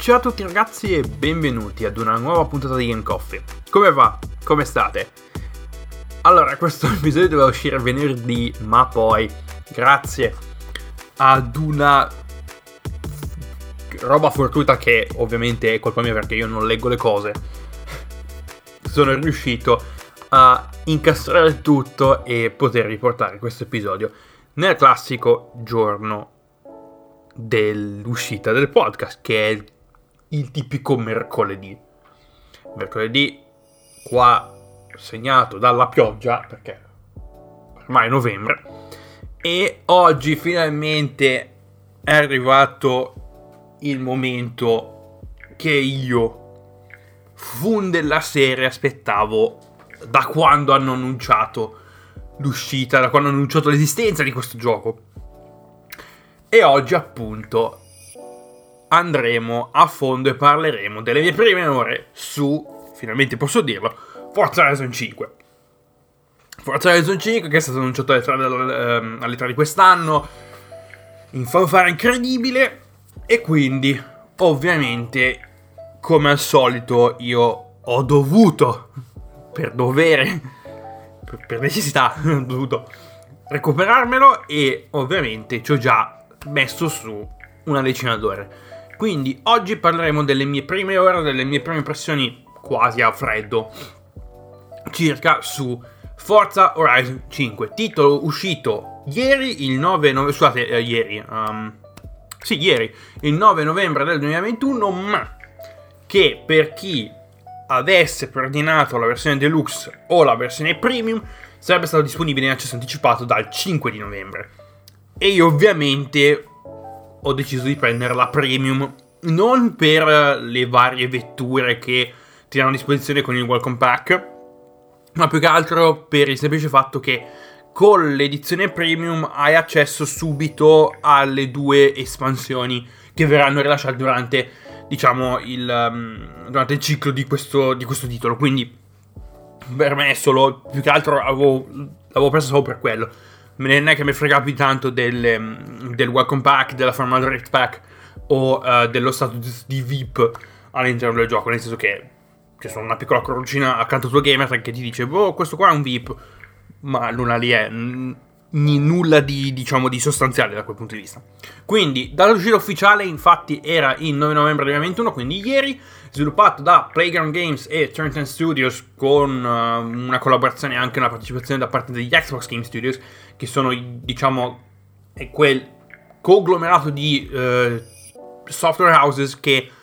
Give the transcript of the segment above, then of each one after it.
Ciao a tutti ragazzi e benvenuti ad una nuova puntata di Game Coffee. Come va? Come state? Allora, questo episodio doveva uscire venerdì, ma poi, grazie ad una roba fortuita che ovviamente è colpa mia perché io non leggo le cose, sono riuscito a incastrare tutto e poter riportare questo episodio nel classico giorno dell'uscita del podcast, che è il tipico mercoledì qua segnato dalla pioggia perché ormai è novembre e oggi finalmente è arrivato il momento che io della serie aspettavo da quando hanno annunciato l'uscita, da quando hanno annunciato l'esistenza di questo gioco. E oggi appunto andremo a fondo e parleremo delle mie prime ore su, finalmente posso dirlo, Forza Horizon 5. Forza Horizon 5 che è stato annunciato alle 3 di quest'anno, in fanfara incredibile, e quindi ovviamente come al solito io ho dovuto, per dovere, per necessità, ho dovuto recuperarmelo e ovviamente ci ho già messo su una decina d'ore. Quindi oggi parleremo delle mie prime ore, delle mie prime impressioni quasi a freddo circa su Forza Horizon 5, titolo uscito ieri, il 9 novembre del 2021, ma che per chi avesse preordinato la versione deluxe o la versione premium sarebbe stato disponibile in accesso anticipato dal 5 di novembre. E io ovviamente ho deciso di prendere la premium, non per le varie vetture che ti danno a disposizione con il welcome pack, ma più che altro per il semplice fatto che con l'edizione premium hai accesso subito alle 2 espansioni che verranno rilasciate durante, diciamo, durante il ciclo di questo titolo. Quindi per me solo, più che altro l'avevo preso solo per quello. Non è che mi frega più tanto del welcome pack, della formal direct pack o dello status di VIP all'interno del gioco, nel senso che c'è solo una piccola crocina accanto al tuo gamer che ti dice questo qua è un VIP, ma nulla lì è nulla di sostanziale da quel punto di vista. Quindi dall'uscita ufficiale infatti era il 9 novembre 2021, quindi ieri, sviluppato da Playground Games e Turn 10 Studios con una collaborazione e anche una partecipazione da parte degli Xbox Game Studios, che sono quel conglomerato di software houses che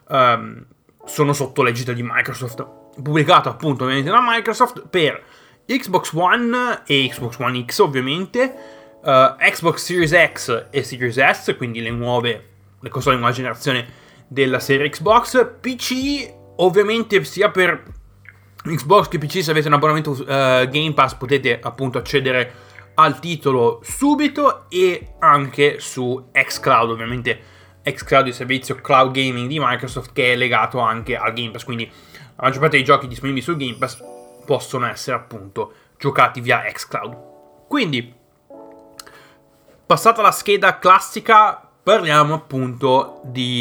sono sotto l'egida di Microsoft, pubblicato appunto ovviamente da Microsoft per Xbox One e Xbox One X ovviamente, Xbox Series X e Series S, quindi le console di nuova generazione della serie Xbox, PC ovviamente sia per Xbox che PC. Se avete un abbonamento Game Pass potete appunto accedere al titolo subito, e anche su xCloud, ovviamente xCloud è il servizio cloud gaming di Microsoft che è legato anche al Game Pass, quindi la maggior parte dei giochi disponibili sul Game Pass possono essere appunto giocati via xCloud. Quindi, passata la scheda classica, parliamo appunto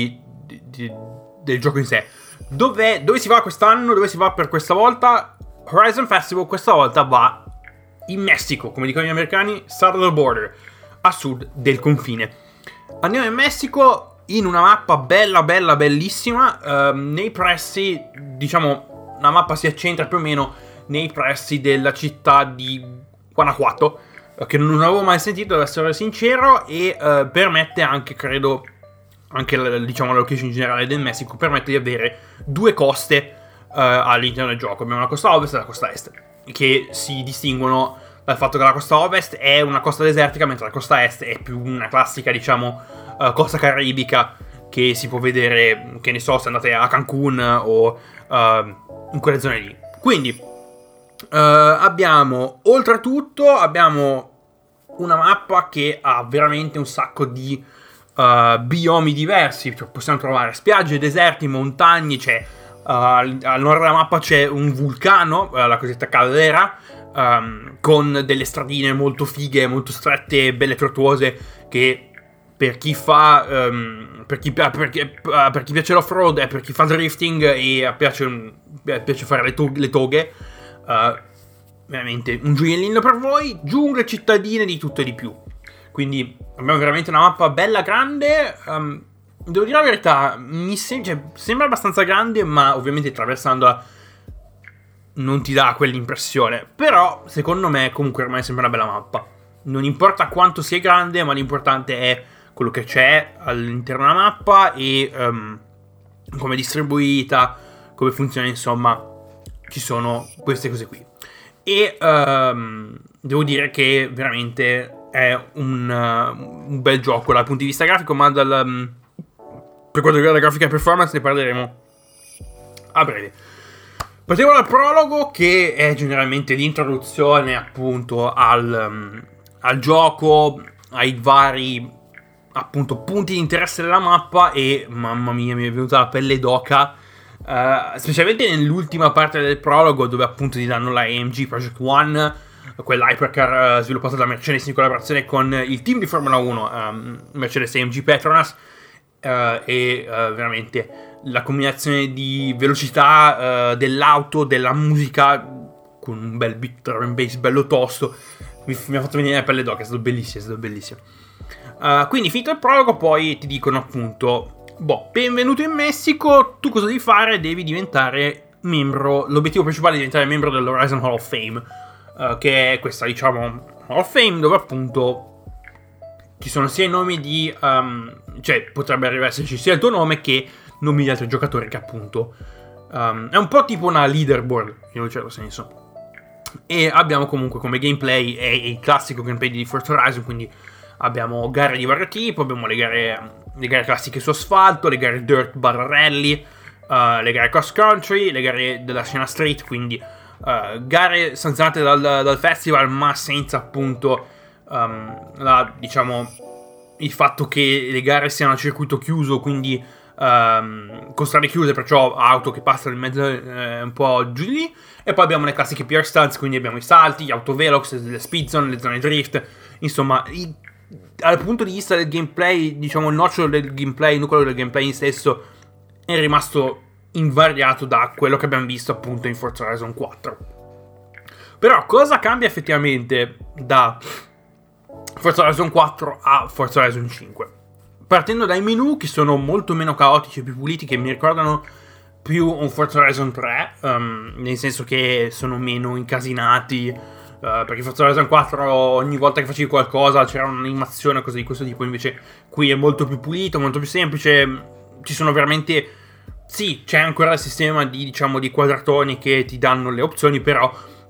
del gioco in sé. Dove si va quest'anno? Dove si va per questa volta? Horizon Festival questa volta va in Messico, come dicono gli americani, south of the border, a sud del confine. Andiamo in Messico in una mappa bellissima, nei pressi, diciamo, la mappa si accentra più o meno nei pressi della città di Guanajuato, che non avevo mai sentito, devo essere sincero, e permette anche, credo, anche la location generale del Messico, permette di avere 2 coste all'interno del gioco. Abbiamo la costa ovest e la costa est, che si distinguono dal fatto che la costa ovest è una costa desertica, mentre la costa est è più una classica, diciamo, costa caribica che si può vedere, che ne so, se andate a Cancun o in quelle zone lì. Quindi oltretutto abbiamo una mappa che ha veramente un sacco di biomi diversi, cioè possiamo trovare spiagge, deserti, montagne, c'è al nord della mappa c'è un vulcano, la cosiddetta caldera, con delle stradine molto fighe, molto strette, belle tortuose, che per chi fa per chi piace l'off-road e per chi fa drifting e piace fare le toghe, veramente un gioiellino per voi. Giungle cittadine di tutto e di più, quindi abbiamo veramente una mappa bella grande. Devo dire la verità, sembra abbastanza grande, ma ovviamente attraversandola non ti dà quell'impressione. Però secondo me comunque ormai sembra una bella mappa. Non importa quanto sia grande, ma l'importante è quello che c'è all'interno della mappa e come è distribuita, come funziona, insomma. Ci sono queste cose qui. E devo dire che veramente è un bel gioco dal punto di vista grafico, ma per quanto riguarda la grafica e performance ne parleremo a breve. Partiamo dal prologo, che è generalmente l'introduzione appunto al gioco, ai vari appunto punti di interesse della mappa, e mamma mia, mi è venuta la pelle d'oca, specialmente nell'ultima parte del prologo, dove appunto ti danno la AMG Project One, quell'hypercar sviluppata da Mercedes in collaborazione con il team di Formula 1 Mercedes AMG Petronas, e veramente la combinazione di velocità dell'auto, della musica, con un bel beat drum and bass bello tosto, mi ha fatto venire la pelle d'oca. È stato bellissimo. Quindi finito il prologo, poi ti dicono appunto: benvenuto in Messico, tu cosa devi fare? Devi diventare membro, l'obiettivo principale è diventare membro dell'Horizon Hall of Fame, che è questa, diciamo, Hall of Fame dove appunto ci sono sia i nomi di cioè potrebbe arrivare a esserci sia il tuo nome che nomi di altri giocatori, che appunto è un po' tipo una leaderboard in un certo senso. E abbiamo comunque come gameplay è il classico gameplay di Forza Horizon, quindi abbiamo gare di vario tipo, abbiamo le gare classiche su asfalto, le gare dirt barra rally, le gare cross country, le gare della scena street, quindi gare sanzionate dal festival, ma senza appunto diciamo il fatto che le gare siano a circuito chiuso, quindi con strade chiuse, perciò auto che passano in mezzo un po' giù di lì. E poi abbiamo le classiche PR stunts, quindi abbiamo i salti, gli autovelox, le speed zone, le zone drift. Insomma, dal punto di vista del gameplay, diciamo il nocciolo del gameplay, il nucleo del gameplay in stesso è rimasto invariato da quello che abbiamo visto appunto in Forza Horizon 4. Però cosa cambia effettivamente da Forza Horizon 4 a Forza Horizon 5? Partendo dai menu, che sono molto meno caotici e più puliti, che mi ricordano più un Forza Horizon 3, nel senso che sono meno incasinati, perché Forza Horizon 4 ogni volta che facevi qualcosa c'era un'animazione o cose di questo tipo, invece qui è molto più pulito, molto più semplice. Ci sono veramente, sì, c'è ancora il sistema di, diciamo, di quadratoni che ti danno le opzioni, però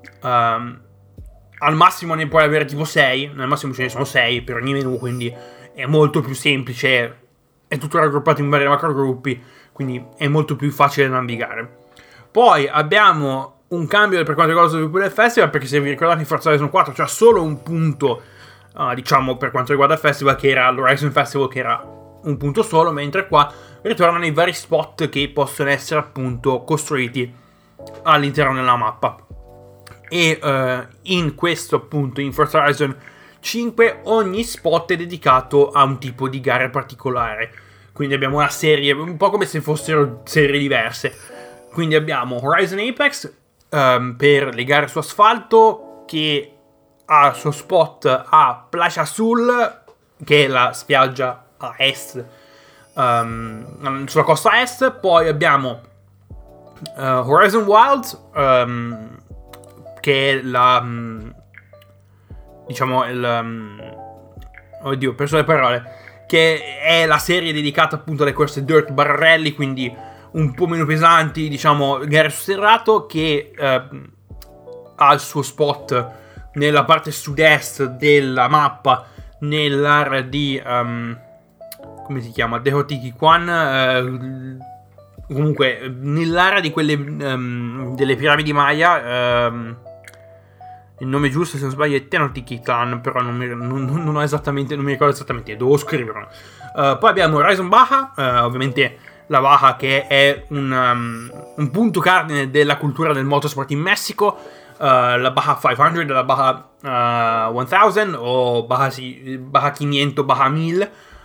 al massimo ne puoi avere tipo 6, nel massimo ce ne sono 6 per ogni menu, quindi è molto più semplice, è tutto raggruppato in vari macro gruppi, quindi è molto più facile da navigare. Poi abbiamo un cambio per quanto riguarda lo sviluppo del festival, perché se vi ricordate in Forza Horizon 4 c'era solo un punto, diciamo, per quanto riguarda il festival, che era l'Horizon Festival, che era un punto solo, mentre qua ritornano i vari spot che possono essere appunto costruiti all'interno della mappa. E in questo appunto in Forza Horizon 5 ogni spot è dedicato a un tipo di gara particolare, quindi abbiamo una serie, un po' come se fossero serie diverse. Quindi abbiamo Horizon Apex per le gare su asfalto, che ha il suo spot a Playa Azul, che è la spiaggia a est, sulla costa est. Poi abbiamo Horizon Wilds, che è la diciamo oddio, ho perso le parole, che è la serie dedicata appunto alle corse dirt barra rally, quindi un po' meno pesanti, diciamo gare su sterrato, che ha il suo spot nella parte sud-est della mappa, nell'area di come si chiama? Teotihuacan, comunque nell'area di quelle delle piramidi Maya. Il nome giusto, se non sbaglio, è Tenochtitlan, però non mi ricordo esattamente, devo scriverlo. Poi abbiamo Horizon Baja, ovviamente la Baja, che è un punto cardine della cultura del motorsport in Messico, la Baja 500, la Baja 1000 o Baja 500, Baja 1000,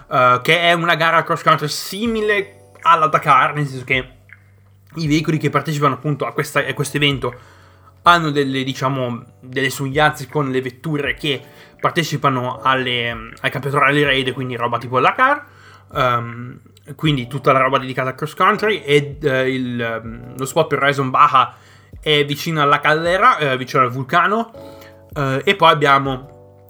che è una gara cross country simile alla Dakar, nel senso che i veicoli che partecipano appunto a questo evento hanno delle somiglianze con le vetture che partecipano ai campionati rally raid, quindi roba tipo la Dakar, quindi tutta la roba dedicata al cross country. E lo spot per Horizon Baja è vicino alla caldera, vicino al vulcano, e poi abbiamo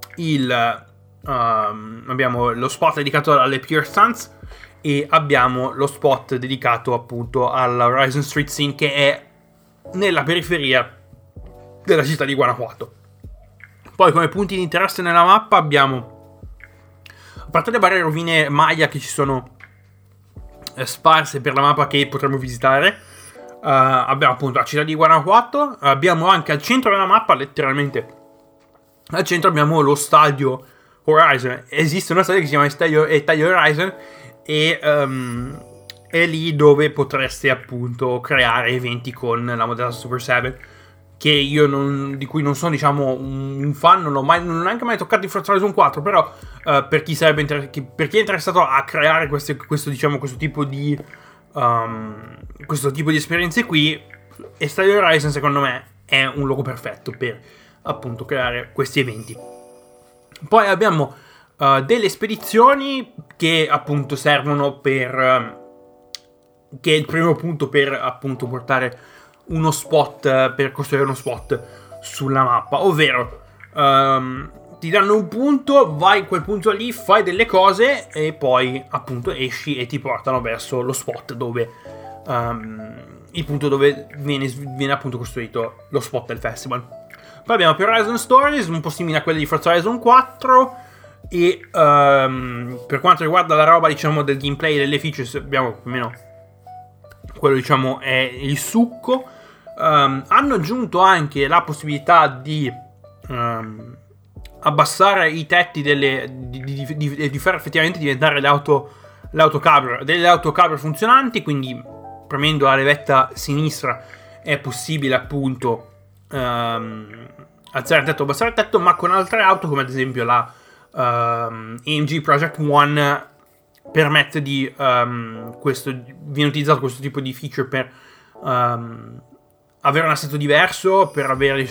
lo spot dedicato alle Pure Stunts e abbiamo lo spot dedicato appunto alla Horizon Street Scene, che è nella periferia della città di Guanajuato. Poi come punti di interesse nella mappa abbiamo, a parte le varie rovine Maya che ci sono sparse per la mappa che potremo visitare, abbiamo appunto la città di Guanajuato, abbiamo anche al centro della mappa, letteralmente al centro, abbiamo lo stadio Horizon. Esiste uno stadio che si chiama Stadio Horizon e è lì dove potreste appunto creare eventi con la modella Super 7, che di cui non sono un fan, non ho neanche mai toccato in Forza Horizon 4, però per chi è interessato a creare questo tipo di esperienze qui, e Stadio Horizon secondo me è un luogo perfetto per appunto creare questi eventi. Poi abbiamo delle spedizioni che appunto servono che è il primo punto per appunto portare uno spot, per costruire uno spot sulla mappa, ovvero ti danno un punto, vai in quel punto lì, fai delle cose e poi appunto esci e ti portano verso lo spot dove il punto dove viene appunto costruito lo spot del festival. Poi abbiamo più Horizon Stories, un po' simile a quelle di Forza Horizon 4, e per quanto riguarda la roba del gameplay e delle features abbiamo più o meno quello è il succo. Hanno aggiunto anche la possibilità di abbassare i tetti di far effettivamente diventare le autocover delle autocover funzionanti, quindi premendo la levetta sinistra è possibile appunto alzare il tetto o abbassare il tetto, ma con altre auto come ad esempio la AMG Project One permette viene utilizzato questo tipo di feature per avere un assetto diverso, per avere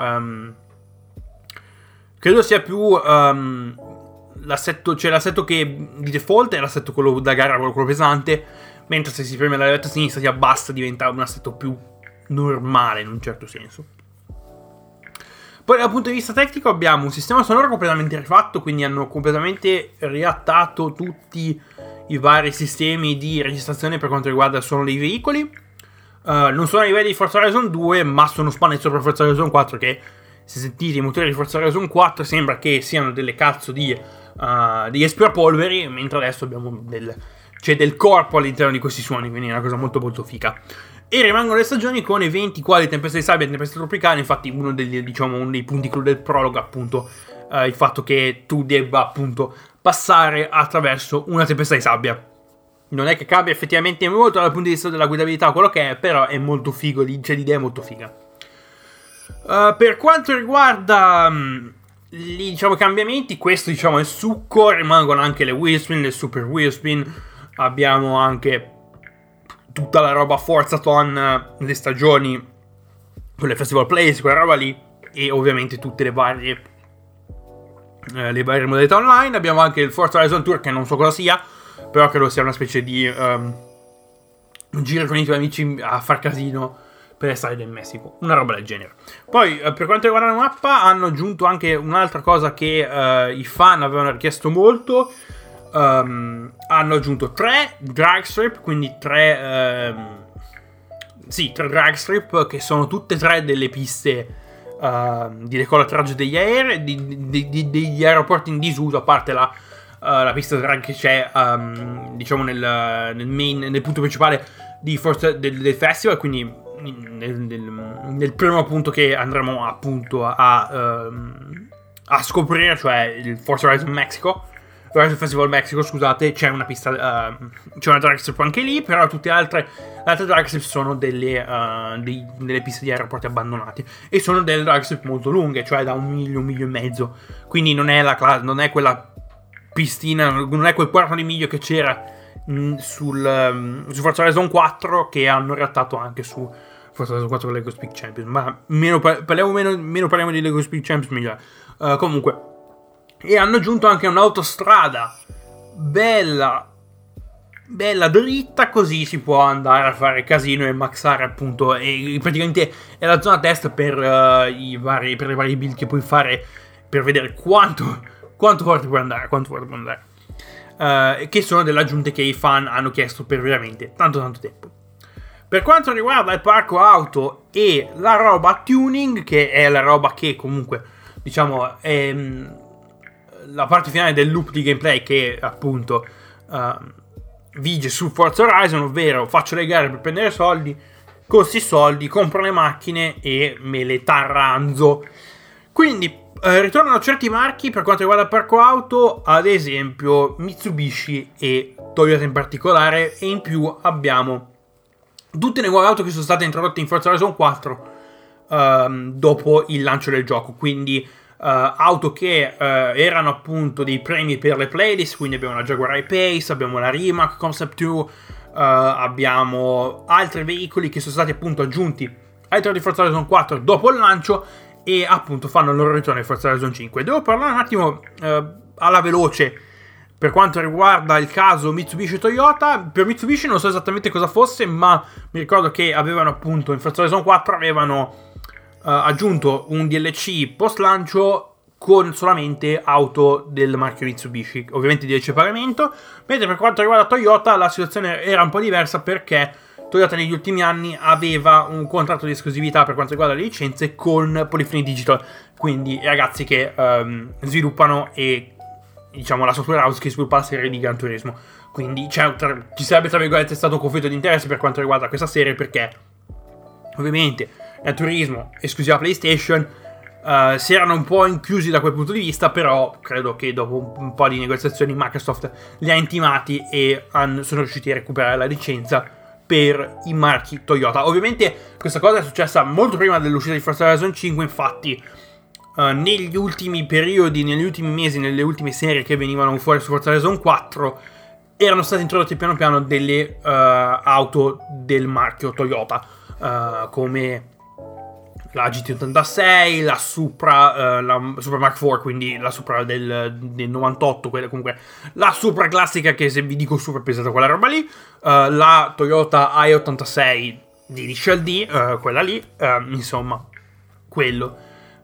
credo sia più l'assetto che di default è l'assetto quello da gara, quello pesante, mentre se si preme la levetta sinistra si abbassa, diventa un assetto più normale in un certo senso. Poi dal punto di vista tecnico abbiamo un sistema sonoro completamente rifatto, quindi hanno completamente riattato tutti i vari sistemi di registrazione per quanto riguarda il suono dei veicoli. Non sono a livelli di Forza Horizon 2, ma sono spalmati sopra Forza Horizon 4, che se sentite i motori di Forza Horizon 4 sembra che siano delle cazzo degli aspirapolveri, mentre adesso abbiamo c'è del corpo all'interno di questi suoni, quindi è una cosa molto molto figa. E rimangono le stagioni con eventi quali tempesta di sabbia e tempesta tropicale. Infatti uno dei punti clou del prologo appunto il fatto che tu debba appunto passare attraverso una tempesta di sabbia. Non è che cambia effettivamente molto dal punto di vista della guidabilità quello che è, però è molto figo, c'è l'idea è molto figa. Per quanto riguarda i cambiamenti, questo è il succo. Rimangono anche le wheelspin, le super wheelspin. Abbiamo anche tutta la roba Forzathon, le stagioni con le festival plays, quella roba lì, e ovviamente tutte le varie modalità online. Abbiamo anche il Forza Horizon Tour, che non so cosa sia, però credo sia una specie di giro con i tuoi amici a far casino per le strade del Messico, una roba del genere. Poi per quanto riguarda la mappa hanno aggiunto anche un'altra cosa che i fan avevano richiesto molto. Hanno aggiunto 3 drag strip, quindi 3 drag strip che sono tutte 3 delle piste di decollaggio degli aerei, degli aeroporti in disuso, a parte la pista drag che c'è nel punto principale del festival, quindi nel primo punto che andremo appunto a scoprire, cioè il Forza Horizon Mexico. Horizon Festival Mexico, scusate, c'è una pista, c'è una drag strip anche lì, però tutte le altre drag strip sono delle piste di aeroporti abbandonati, e sono delle drag strip molto lunghe, cioè da 1 miglio e mezzo, quindi non è quella pistina, non è quel quarto di miglio che c'era su Forza Horizon 4, che hanno rattato anche su Forza Horizon 4 Lego Speed Champions. Ma meno parliamo di Lego Speed Champions, meglio. Comunque, e hanno aggiunto anche un'autostrada bella dritta, così si può andare a fare casino e maxare, appunto, e praticamente è la zona test per i vari build che puoi fare, per vedere quanto forte puoi andare, che sono delle aggiunte che i fan hanno chiesto per veramente tanto tempo. Per quanto riguarda il parco auto e la roba tuning, che è la roba che comunque, diciamo, è la parte finale del loop di gameplay che appunto vige su Forza Horizon, ovvero faccio le gare per prendere soldi, con questi soldi compro le macchine e me le tarranzo. Quindi ritornano certi marchi per quanto riguarda il parco auto, ad esempio Mitsubishi e Toyota in particolare, e in più abbiamo tutte le nuove auto che sono state introdotte in Forza Horizon 4 dopo il lancio del gioco, quindi auto che erano appunto dei premi per le playlist, quindi abbiamo la Jaguar I-Pace, abbiamo la Rimac Concept 2, abbiamo altri veicoli che sono stati appunto aggiunti all'interno di Forza Horizon 4 dopo il lancio e appunto fanno il loro ritorno in Forza Horizon 5. Devo parlare un attimo alla veloce per quanto riguarda il caso Mitsubishi e Toyota. Per Mitsubishi non so esattamente cosa fosse, ma mi ricordo che avevano appunto in Forza Horizon 4 avevano aggiunto un DLC post lancio con solamente auto del marchio Mitsubishi, ovviamente DLC a pagamento, mentre per quanto riguarda Toyota la situazione era un po' diversa, perché Toyota negli ultimi anni aveva un contratto di esclusività per quanto riguarda le licenze con Polyphony Digital, quindi i ragazzi che sviluppano e diciamo la software house che sviluppa la serie di Gran Turismo, quindi ci sarebbe tra virgolette stato un conflitto di interesse per quanto riguarda questa serie, perché ovviamente Gran Turismo esclusiva PlayStation si erano un po' inchiusi da quel punto di vista, però credo che dopo un po' di negoziazioni Microsoft li ha intimati e sono riusciti a recuperare la licenza per i marchi Toyota. Ovviamente questa cosa è successa molto prima dell'uscita di Forza Horizon 5, infatti negli ultimi periodi, negli ultimi mesi, nelle ultime serie che venivano fuori su Forza Horizon 4 erano state introdotte piano piano delle auto del marchio Toyota, come la GT86, la Supra Mark IV, quindi la Supra del 98, quella comunque la Supra classica, che se vi dico Supra pesata quella roba lì, la Toyota i86 di Initial D, quella lì, insomma, quello.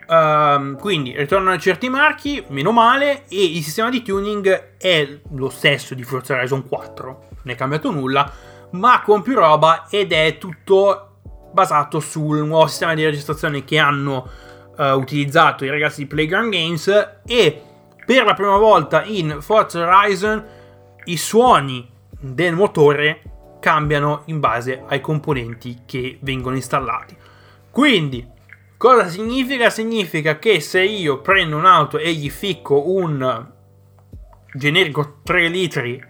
Quindi ritornano certi marchi, meno male, e il sistema di tuning è lo stesso di Forza Horizon 4, non è cambiato nulla, ma con più roba, ed è tutto basato sul nuovo sistema di registrazione che hanno utilizzato i ragazzi di Playground Games, e per la prima volta in Forza Horizon i suoni del motore cambiano in base ai componenti che vengono installati. Quindi cosa significa? Significa che se io prendo un'auto e gli ficco un generico 3 litri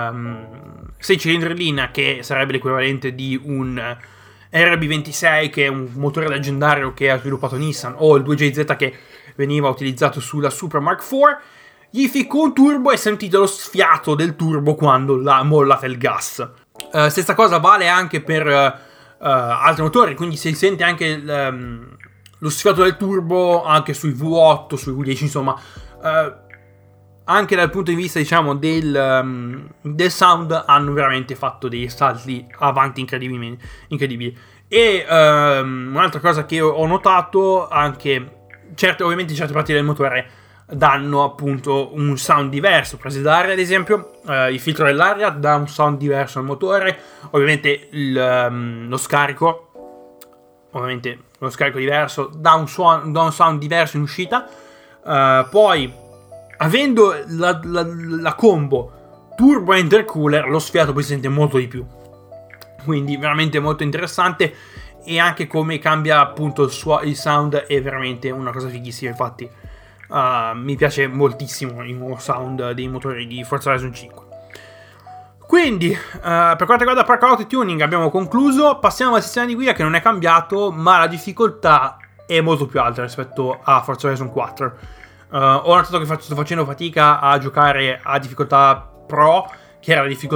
6 cilindri linea, che sarebbe l'equivalente di un RB26, che è un motore leggendario che ha sviluppato Nissan, o il 2JZ che veniva utilizzato sulla Supra Mark IV, gli ficco un turbo e sentite lo sfiato del turbo quando mollate il gas. Stessa cosa vale anche per altri motori, quindi si sente anche lo sfiato del turbo anche sui V8, sui V10, insomma, anche dal punto di vista, diciamo, del sound hanno veramente fatto dei salti avanti incredibili. E un'altra cosa che ho notato anche, ovviamente certe parti del motore danno appunto un sound diverso, prese d'aria ad esempio, il filtro dell'aria dà un sound diverso al motore, ovviamente lo scarico diverso dà un sound diverso in uscita, poi avendo la combo turbo e intercooler, lo sfiato poi si sente molto di più, quindi veramente molto interessante, e anche come cambia appunto il sound è veramente una cosa fighissima. Infatti mi piace moltissimo il nuovo sound dei motori di Forza Horizon 5. Quindi per quanto riguarda Park Auto Tuning abbiamo concluso. Passiamo al sistema di guida, che non è cambiato, ma la difficoltà è molto più alta rispetto a Forza Horizon 4. Ho notato che sto facendo fatica a giocare a difficoltà pro, che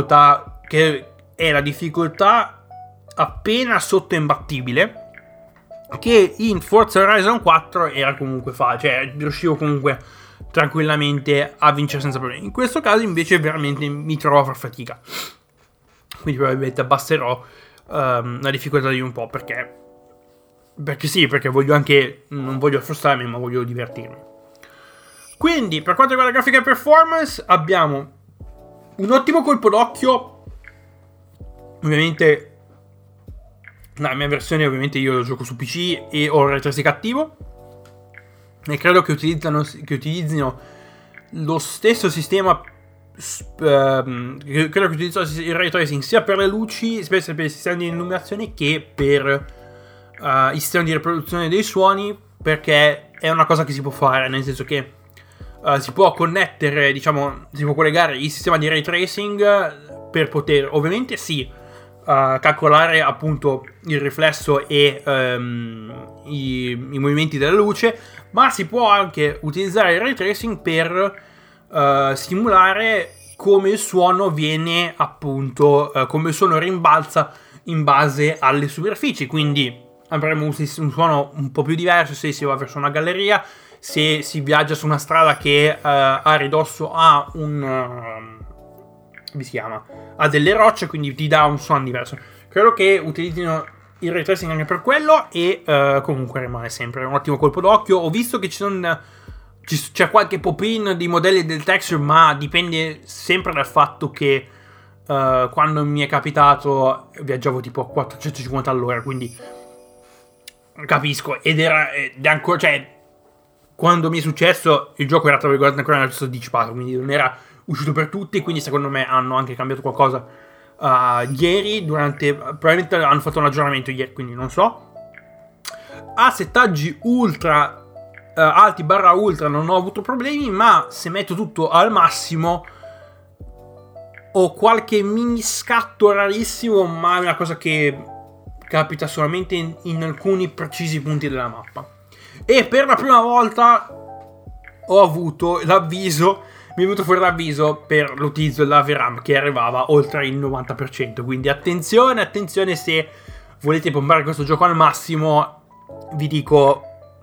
è la difficoltà appena sotto imbattibile, che in Forza Horizon 4 era comunque cioè riuscivo comunque tranquillamente a vincere senza problemi. In questo caso invece veramente mi trovo a far fatica, quindi probabilmente abbasserò la difficoltà di un po', perché voglio anche, non voglio frustrarmi, ma voglio divertirmi. Quindi per quanto riguarda grafica e performance abbiamo un ottimo colpo d'occhio. Ovviamente la mia versione, ovviamente io lo gioco su PC e ho il ray tracing attivo, e credo che utilizzino lo stesso sistema. Credo che utilizzino il ray tracing sia per le luci, spesso per il sistema di illuminazione, che per il sistema di riproduzione dei suoni, perché è una cosa che si può fare, nel senso che si può connettere, diciamo, si può collegare il sistema di ray tracing per poter, ovviamente sì, calcolare appunto il riflesso e i movimenti della luce, ma si può anche utilizzare il ray tracing per simulare come il suono viene appunto, come il suono rimbalza in base alle superfici. Quindi avremo un suono un po' più diverso se si va verso una galleria, se si viaggia su una strada che a ridosso ha ha delle rocce, quindi ti dà un suono diverso. Credo che utilizzino il ray tracing anche per quello, e comunque rimane sempre un ottimo colpo d'occhio. Ho visto che c'è qualche pop-in di modelli del texture, ma dipende sempre dal fatto che quando mi è capitato viaggiavo tipo a 450 all'ora, quindi capisco, ed è ancora, cioè, quando mi è successo il gioco era tra virgolette ancora nel stesso anticipato, quindi non era uscito per tutti, quindi secondo me hanno anche cambiato qualcosa ieri, probabilmente hanno fatto un aggiornamento ieri, quindi non so. A settaggi ultra alti / ultra non ho avuto problemi, ma se metto tutto al massimo ho qualche mini scatto rarissimo, ma è una cosa che capita solamente in alcuni precisi punti della mappa. E per la prima volta ho avuto l'avviso, mi è venuto fuori l'avviso per l'utilizzo della VRAM che arrivava oltre il 90%, quindi attenzione se volete bombare questo gioco al massimo, vi dico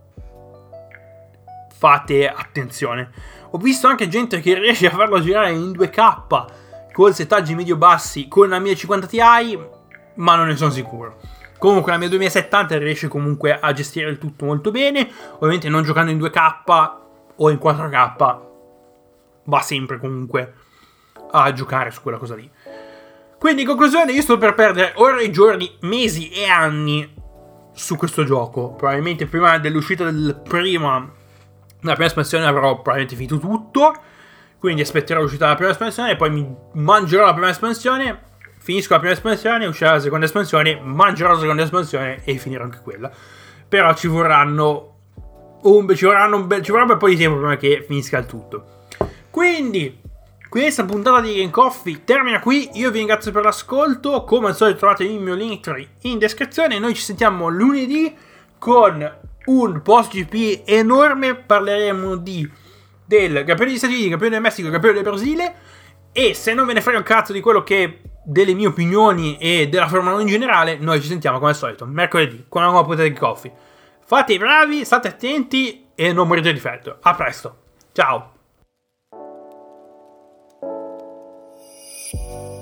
fate attenzione. Ho visto anche gente che riesce a farlo girare in 2K con settaggi medio bassi con la 1050 Ti, ma non ne sono sicuro. Comunque la mia 2070 riesce comunque a gestire il tutto molto bene. Ovviamente non giocando in 2K o in 4K va sempre comunque a giocare su quella cosa lì. Quindi in conclusione, io sto per perdere ore, giorni, mesi e anni su questo gioco. Probabilmente prima dell'uscita della prima espansione avrò probabilmente finito tutto, quindi aspetterò l'uscita della prima espansione, poi mi mangerò la prima espansione, finisco la prima espansione, uscirà la seconda espansione, mangerò la seconda espansione e finirò anche quella. Però ci vorrà un bel po' di tempo prima che finisca il tutto. Quindi questa puntata di Game Coffee termina qui. Io vi ringrazio per l'ascolto. Come al solito trovate il mio Linktree in descrizione. Noi ci sentiamo lunedì con un post GP enorme. Parleremo del campione degli Stati Uniti, campione del Messico, campione del Brasile. E se non ve ne frega un cazzo di quello che delle mie opinioni e della Formula 1 in generale, noi ci sentiamo come al solito mercoledì con una nuova puntata di Coffee. Fate i bravi, state attenti e non morite di freddo. A presto. Ciao.